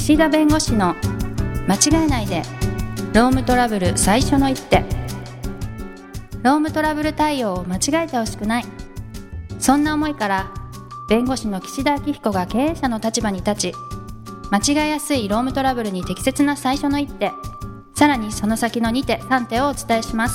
岸田弁護士の間違えないでロームトラブル最初の一手。ロームトラブル対応を間違えてほしくない、そんな思いから弁護士の岸田明彦が経営者の立場に立ち、間違えやすいロームトラブルに適切な最初の一手、さらにその先の2手3手をお伝えします。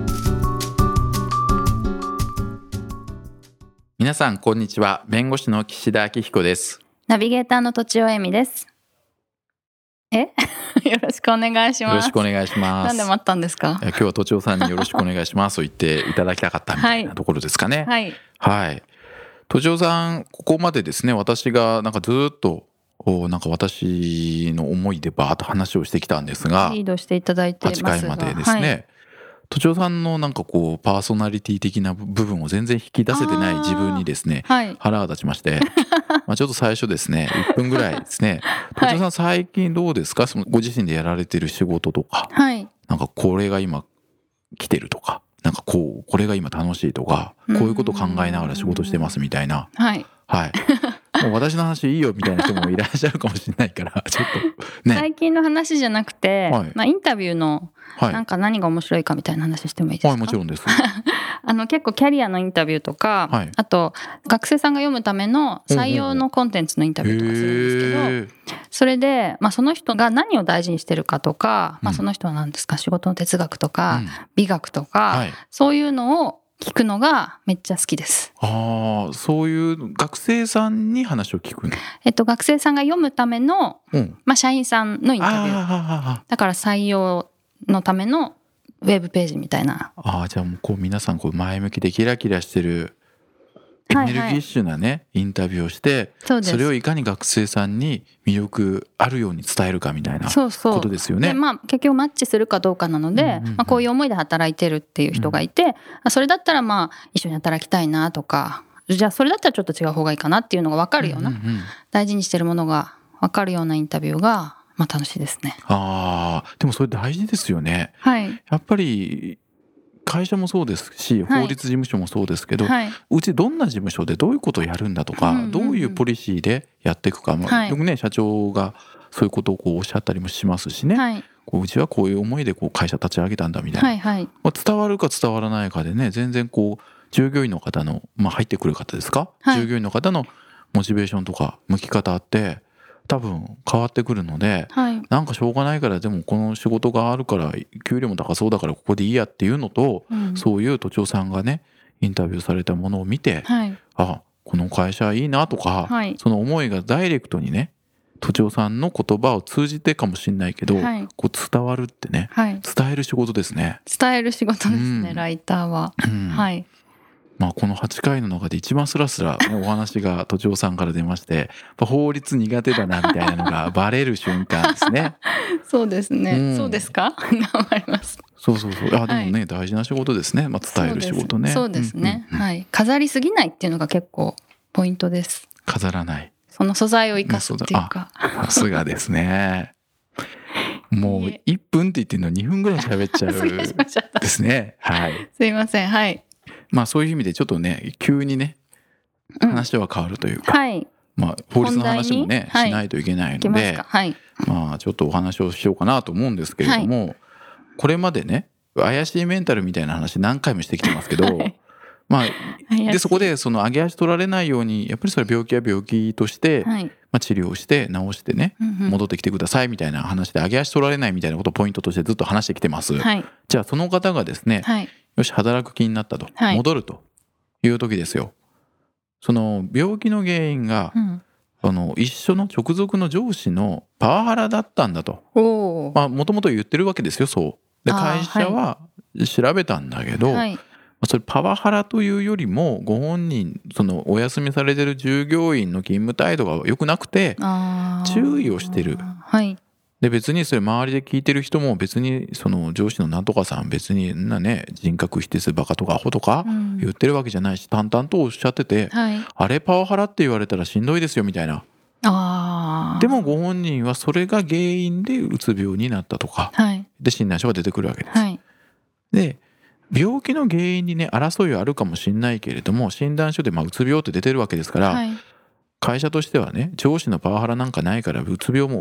皆さんこんにちは。弁護士の岸田明彦です。 ナビゲーターのとちおえみです。よろしくお願いします。 よろしくお願いします。 なんで待ったんですか？ 今日はとちおさんによろしくお願いしますと言っていただきたかったみたいなところですかね。 はい、 はい。とちおさん、ここまでですね、私がなんかずっとなんか私の思いでバーッと話をしてきたんですが、 リードしていただいてますが、 8回までですね、とちおさんのなんかこうパーソナリティ的な部分を全然引き出せてない自分にですね、腹が立ちましてちょっと最初ですね1分ぐらいですねとちおさん最近どうですか？そのご自身でやられてる仕事とか、なんかこれが今来てるとか、なんかこれが今楽しいとか、こういうことを考えながら仕事してますみたいな、もう私の話いいよみたいな人もいらっしゃるかもしれないからちょっとね、 最近の話じゃなくて、インタビューのなんか何が面白いかみたいな話してもいいですか？ はい、もちろんです。 結構キャリアのインタビューとか、あと学生さんが読むための採用のコンテンツのインタビューとかするんですけど、それで、その人が何を大事にしてるかとか、その人は何ですか、仕事の哲学とか、美学とか、そういうのを聞くのがめっちゃ好きです。 そういう学生さんに話を聞くの？ 学生さんが読むための、社員さんのインタビュー。だから採用のためのウェブページみたいな。 じゃあもうこう皆さんこう前向きでキラキラしてるエネルギッシュなね、インタビューをして、それをいかに学生さんに魅力あるように伝えるかみたいなことですよね。 で結局マッチするかどうかなので、こういう思いで働いてるっていう人がいて、それだったら一緒に働きたいなとか、じゃあそれだったらちょっと違う方がいいかなっていうのが分かるような、大事にしてるものが分かるようなインタビューが楽しいですね。 でもそれ大事ですよね。やっぱり会社もそうですし、法律事務所もそうですけど、うちどんな事務所でどういうことをやるんだとか、どういうポリシーでやっていくか、よくね社長がそういうことをこうおっしゃったりもしますしね、うちはこういう思いでこう会社立ち上げたんだみたいな、伝わるか伝わらないかでね、全然こう従業員の方の、入ってくる方ですか、従業員の方のモチベーションとか向き方って多分変わってくるので、なんかしょうがないから、でもこの仕事があるから給料も高そうだからここでいいやっていうのと、そういう都庁さんがねインタビューされたものを見て、この会社いいなとか、その思いがダイレクトにね都庁さんの言葉を通じてかもしれないけど、こう伝わるってね、伝える仕事ですね。 伝える仕事ですね、ライターは。 この8回の中で一番スラスラ、お話が都庁さんから出まして、法律苦手だなみたいなのがバレる瞬間ですね。 そうですね、そうですか？頑張ります。 そうでもね、大事な仕事ですね、伝える仕事ね。 そうですね、飾りすぎないっていうのが結構ポイントです。 飾らない、 その素材を生かすっていうか。 さすがですね。もう1分って言ってるの2分ぐらい喋っちゃうですね。 すいません。 そういう意味でちょっとね急にね話は変わるというか、法律の話もねしないといけないので、ちょっとお話をしようかなと思うんですけれども、これまでね怪しいメンタルみたいな話何回もしてきてますけど、でそこでその上げ足取られないように、やっぱりそれ病気は病気として、治療して治してね、戻ってきてくださいみたいな話で、上げ足取られないみたいなことをポイントとしてずっと話してきてます。じゃあその方がですね、よし働く気になったと、戻るという時ですよ。その病気の原因が、一緒の直属の上司のパワハラだったんだともともと言ってるわけですよ。そうで会社は調べたんだけど、それパワハラというよりもご本人、そのお休みされてる従業員の勤務態度が良くなくて注意をしてる。で別にそれ周りで聞いてる人も別にその上司のなんとかさん別に人格否定するバカとかアホとか言ってるわけじゃないし、淡々とおっしゃってて、あれパワハラって言われたらしんどいですよみたいな。でもご本人はそれが原因でうつ病になったとか、で診断書が出てくるわけです。で病気の原因にね争いはあるかもしれないけれども、診断書でうつ病って出てるわけですから、会社としてはね上司のパワハラなんかないからうつ病も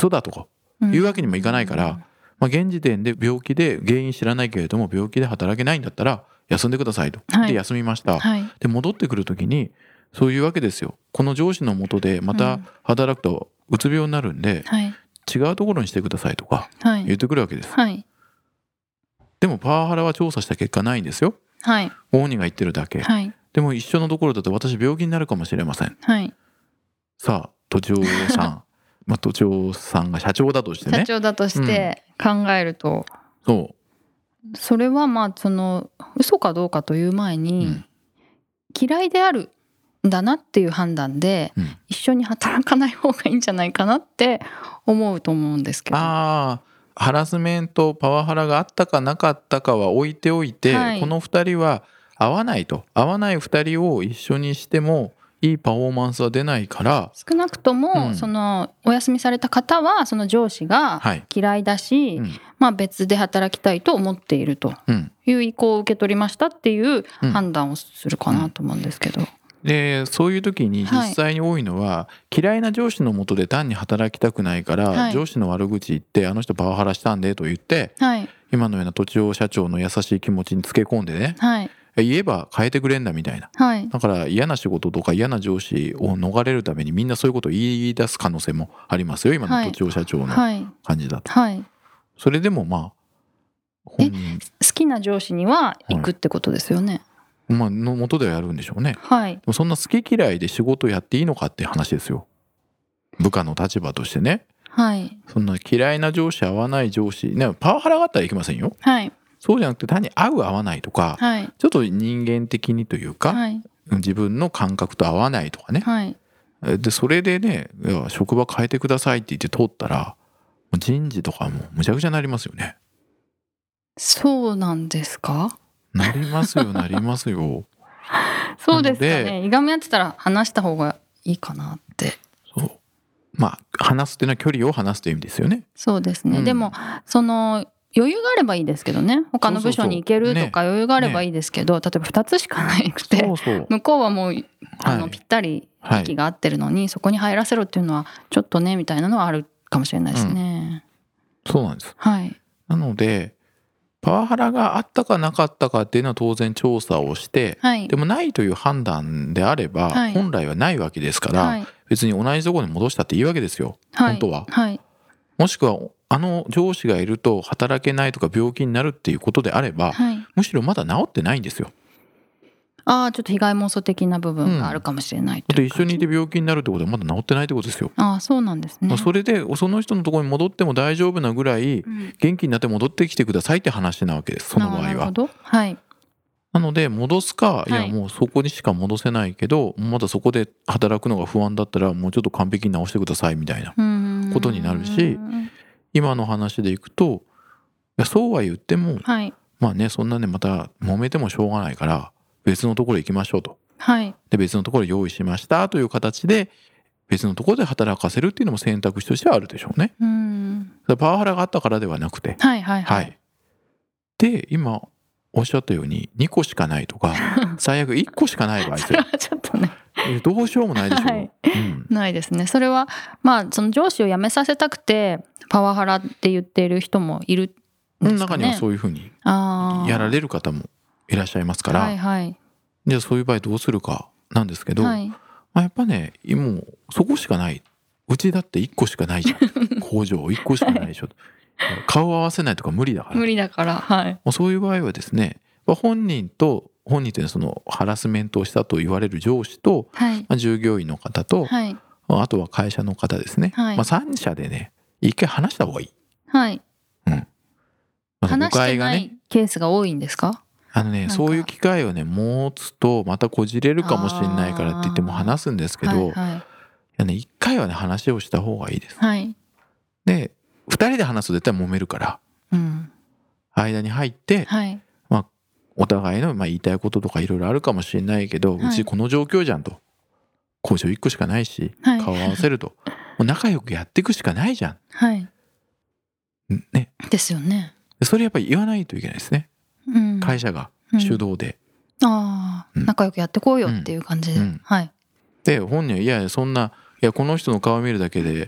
嘘だとかいうわけにもいかないから、現時点で病気で原因知らないけれども病気で働けないんだったら休んでくださいと。で休みました。で戻ってくる時にそういうわけですよ。この上司の下でまた働くとうつ病になるんで、違うところにしてくださいとか言ってくるわけです。でもパワハラは調査した結果ないんですよ。ご本人が言ってるだけ。でも一緒のところだと私病気になるかもしれません。さあ都庁さん都庁さんが社長だとしてね。 社長だとして考えると、それはその嘘かどうかという前に、嫌いであるんだなっていう判断で、一緒に働かない方がいいんじゃないかなって思うと思うんですけど。 ハラスメントパワハラがあったかなかったかは置いておいて、この2人は合わない2人を一緒にしてもいいパフォーマンスは出ないから、 少なくとも、そのお休みされた方はその上司が嫌いだし、別で働きたいと思っているという意向を受け取りましたっていう判断をするかなと思うんですけど、 でそういう時に実際に多いのは、嫌いな上司の下で単に働きたくないから、上司の悪口言ってあの人パワハラしたんでと言って、今のような都庁社長の優しい気持ちにつけ込んでね、言えば変えてくれんだみたいな、だから嫌な仕事とか嫌な上司を逃れるためにみんなそういうことを言い出す可能性もありますよ、今の都庁社長の感じだと。それでも本人好きな上司には行くってことですよね。 の元ではやるんでしょうね。でもそんな好き嫌いで仕事やっていいのかっていう話ですよ、部下の立場としてね。そんな嫌いな上司合わない上司ね、パワハラがあったらいけませんよ。そうじゃなくて単に合う合わないとか、ちょっと人間的にというか、自分の感覚と合わないとかね、でそれでね、職場変えてくださいって言って通ったら人事とかもむちゃくちゃになりますよね。 そうなんですか？ なりますよなりますよ。 そうですかね。いがみ合ってたら話した方がいいかなって。 話すっていうのは距離を離すという意味ですよね。 そうですね、でもその余裕があればいいですけどね、他の部署に行けるとか余裕があればいいですけど、例えば2つしかなくて、向こうはもうぴったり息が合ってるのに、そこに入らせろっていうのはちょっとねみたいなのはあるかもしれないですね。 そうなんです。なのでパワハラがあったかなかったかっていうのは当然調査をして、でもないという判断であれば、本来はないわけですから、別に同じところに戻したっていいわけですよ、本当は。もしくは上司がいると働けないとか病気になるっていうことであれば、むしろまだ治ってないんですよ。 ちょっと被害妄想的な部分があるかもしれないという一緒にいて病気になるってことはまだ治ってないってことですよ。 そうなんですね。 それでその人のところに戻っても大丈夫なぐらい元気になって戻ってきてくださいって話なわけです、その場合は。なので戻すか、いやもうそこにしか戻せないけどまだそこで働くのが不安だったらもうちょっと完璧に直してくださいみたいなことになるし、今の話でいくとそうは言っても、そんなねまた揉めてもしょうがないから別のところ行きましょうと、で別のところ用意しましたという形で別のところで働かせるっていうのも選択肢としてはあるでしょうね。パワハラがあったからではなくて、で今おっしゃったように2個しかないとか最悪1個しかない場合それはちょっとねどうしようもないでしょう、 ないですね。それはその上司を辞めさせたくてパワハラって言っている人もいるんですかね。 中にはそういうふうにやられる方もいらっしゃいますから、じゃあそういう場合どうするかなんですけど、やっぱねもうそこしかない、うちだって1個しかないじゃん工場1個しかないでしょ顔を合わせないとか無理だから、もうそういう場合はですね、本人というのはそのハラスメントをしたと言われる上司と、従業員の方と、あとは会社の方ですね、3者でね一回話した方がいい。 話してないケースが多いんですか？ そういう機会をね持つとまたこじれるかもしれないからって言っても話すんですけど、一回はね話をした方がいいです。で2人で話すと絶対揉めるから、間に入って、お互いの言いたいこととかいろいろあるかもしれないけど、うちこの状況じゃんと、工場1個しかないし、顔を合わせるともう仲良くやっていくしかないじゃん、 ですよね。 それやっぱり言わないといけないですね、会社が主導で、 仲良くやってこうよっていう感じで、 で本人はいやそんなこの人の顔見るだけで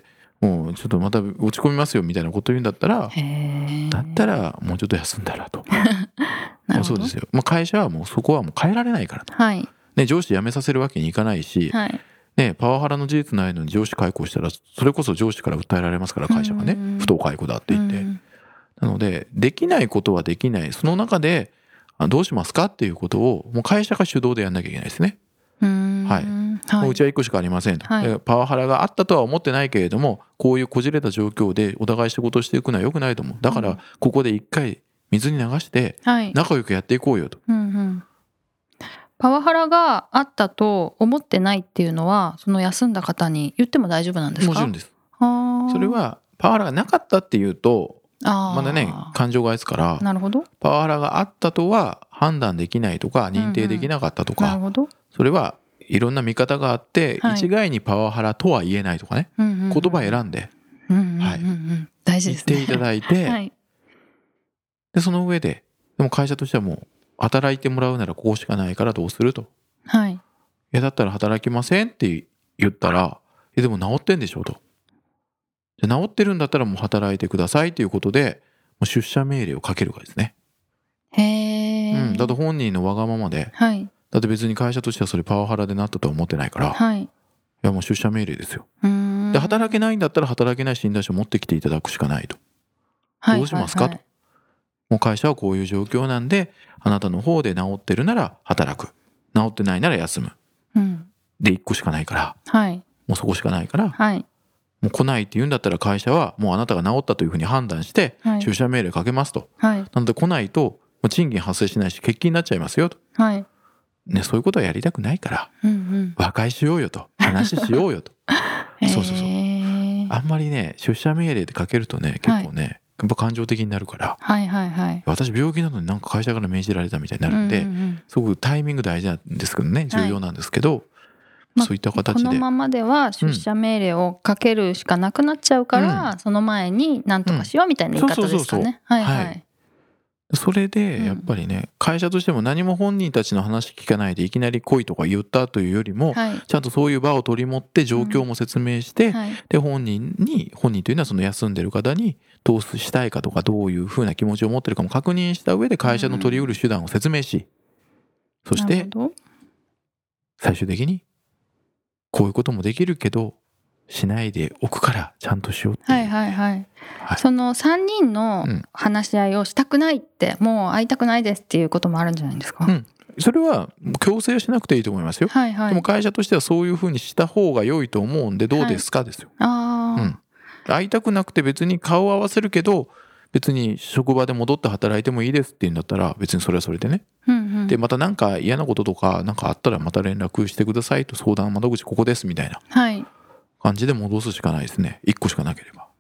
もうちょっとまた落ち込みますよみたいなこと言うんだったらもうちょっと休んだらとそうですよ、会社はもうそこはもう変えられないからと、ね、上司辞めさせるわけにいかないし、ね、パワハラの事実ないのに上司解雇したらそれこそ上司から訴えられますから、会社がね不当解雇だって言って、なのでできないことはできない、その中でどうしますかっていうことをもう会社が主導でやんなきゃいけないですね。もううちは1個しかありませんと、パワハラがあったとは思ってないけれども、こういうこじれた状況でお互い仕事をしていくのは良くないと思う、だからここで一回水に流して仲良くやっていこうよと、 パワハラがあったと思ってないっていうのはその休んだ方に言っても大丈夫なんですか？ もちろんです。それはパワハラがなかったっていうとまだね感情がですから、なるほど、パワハラがあったとは判断できないとか認定できなかったとか、なるほど、それはいろんな見方があって、一概にパワハラとは言えないとかね、言葉選んで、 大事ですね、 言っていただいて、でその上でも会社としてはもう働いてもらうならここしかないからどうすると、いやだったら働きませんって言ったら、でも治ってんでしょと、じゃ治ってるんだったらもう働いてくださいということでもう出社命令をかけるかですね。だって本人のわがままで、だって別に会社としてはそれパワハラでなったとは思ってないから、いやもう出社命令ですよ。で働けないんだったら働けない診断書持ってきていただくしかないと、どうしますかと、もう会社はこういう状況なんで、あなたの方で治ってるなら働く、治ってないなら休む、で1個しかないから、もうそこしかないから、もう来ないって言うんだったら会社はもうあなたが治ったというふうに判断して出社命令かけますと、なので来ないと賃金発生しないし欠勤になっちゃいますよと、そういうことはやりたくないから、和解しようよと、話しようよとそうあんまりね出社命令でかけるとね結構ね、やっぱ感情的になるから、私病気なのになんか会社から命じられたみたいになるんで、すごくタイミング大事なんですけどね、重要なんですけど、そういった形でこのままでは出社命令をかけるしかなくなっちゃうから、その前に何とかしようみたいな言い方ですかね。 それでやっぱりね、会社としても何も本人たちの話聞かないでいきなり来いとか言ったというよりも、ちゃんとそういう場を取り持って状況も説明して、で本人というのはその休んでる方にどうしたいかとか、どういうふうな気持ちを持ってるかも確認した上で会社の取り得る手段を説明し、そして最終的にこういうこともできるけどしないでおくからちゃんとしようっていう、 その3人の話し合いをしたくないって、もう会いたくないですっていうこともあるんじゃないですか？ それは強制しなくていいと思いますよ、でも会社としてはそういうふうにした方が良いと思うんで、どうですかですよ、会いたくなくて別に顔を合わせるけど別に職場で戻って働いてもいいですって言うんだったら別にそれはそれでね、でまた何か嫌なこととか何かあったらまた連絡してくださいと、相談窓口ここですみたいな感じで戻すしかないですね、1個しかなければ。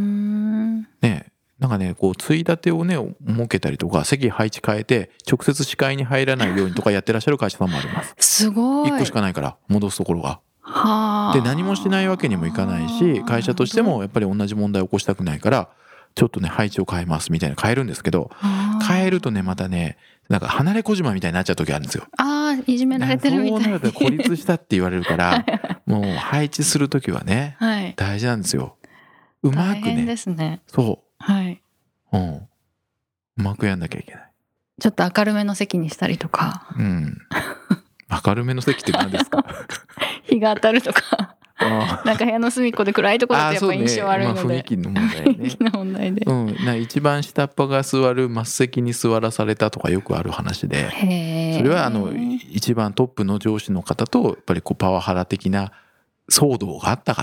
なんかねこうついたてをね設けたりとか、席配置変えて直接視界に入らないようにとかやってらっしゃる会社さんもあります。 すごい。 1個しかないから戻すところが。で何もしないわけにもいかないし、会社としてもやっぱり同じ問題を起こしたくないからちょっとね配置を変えますみたいな変えるんですけど、変えるとねまたねなんか離れ小島みたいになっちゃう時あるんですよ。 いじめられてるみたいに。 そうなると孤立したって言われるからもう配置する時はね、大事なんですよ。うまくね。大変ですね。そう。うまくやんなきゃいけない。 ちょっと明るめの席にしたりとか。 明るめの席って何ですか？ 日が当たるとか。なんか部屋の隅っこで暗いところってやっぱ印象悪いので、 雰囲気の問題ね。 雰囲気の問題で、 一番下っ端が座る末席に座らされたとかよくある話で、それは一番トップの上司の方とやっぱりこうパワハラ的な騒動があったから、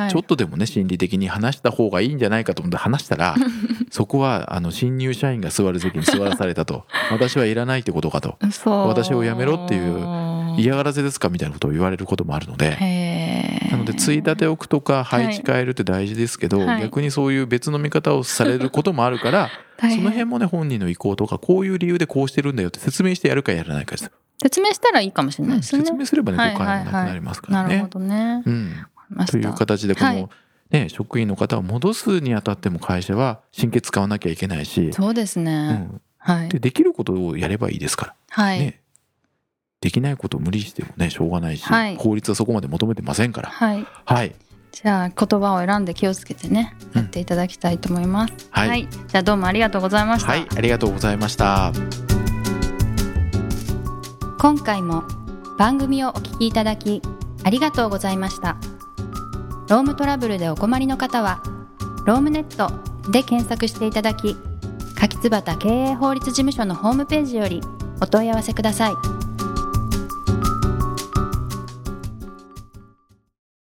ちょっとでもね心理的に話した方がいいんじゃないかと思って話したらそこは新入社員が座る席に座らされたと私はいらないってことかと、私を辞めろっていう嫌がらせですかみたいなことを言われることもあるので、なのでついたておくとか配置変えるって大事ですけど、逆にそういう別の見方をされることもあるからその辺もね本人の意向とかこういう理由でこうしてるんだよって説明してやるかやらないかです。 説明したらいいかもしれないですね。 説明すればね誤解もなくなりますからね。 なるほどね。 という形でこの職員の方を戻すにあたっても会社は神経使わなきゃいけないし、 そうですね。 できることをやればいいですから。できないことを無理してもねしょうがないし、法律はそこまで求めてませんから。 じゃあ言葉を選んで気をつけてね、やっていただきたいと思います。 はい、 はい、じゃあどうもありがとうございました。 はい、ありがとうございました。 今回も番組をお聞きいただきありがとうございました。ロームトラブルでお困りの方はロームネットで検索していただき、柿椿経営法律事務所のホームページよりお問い合わせください。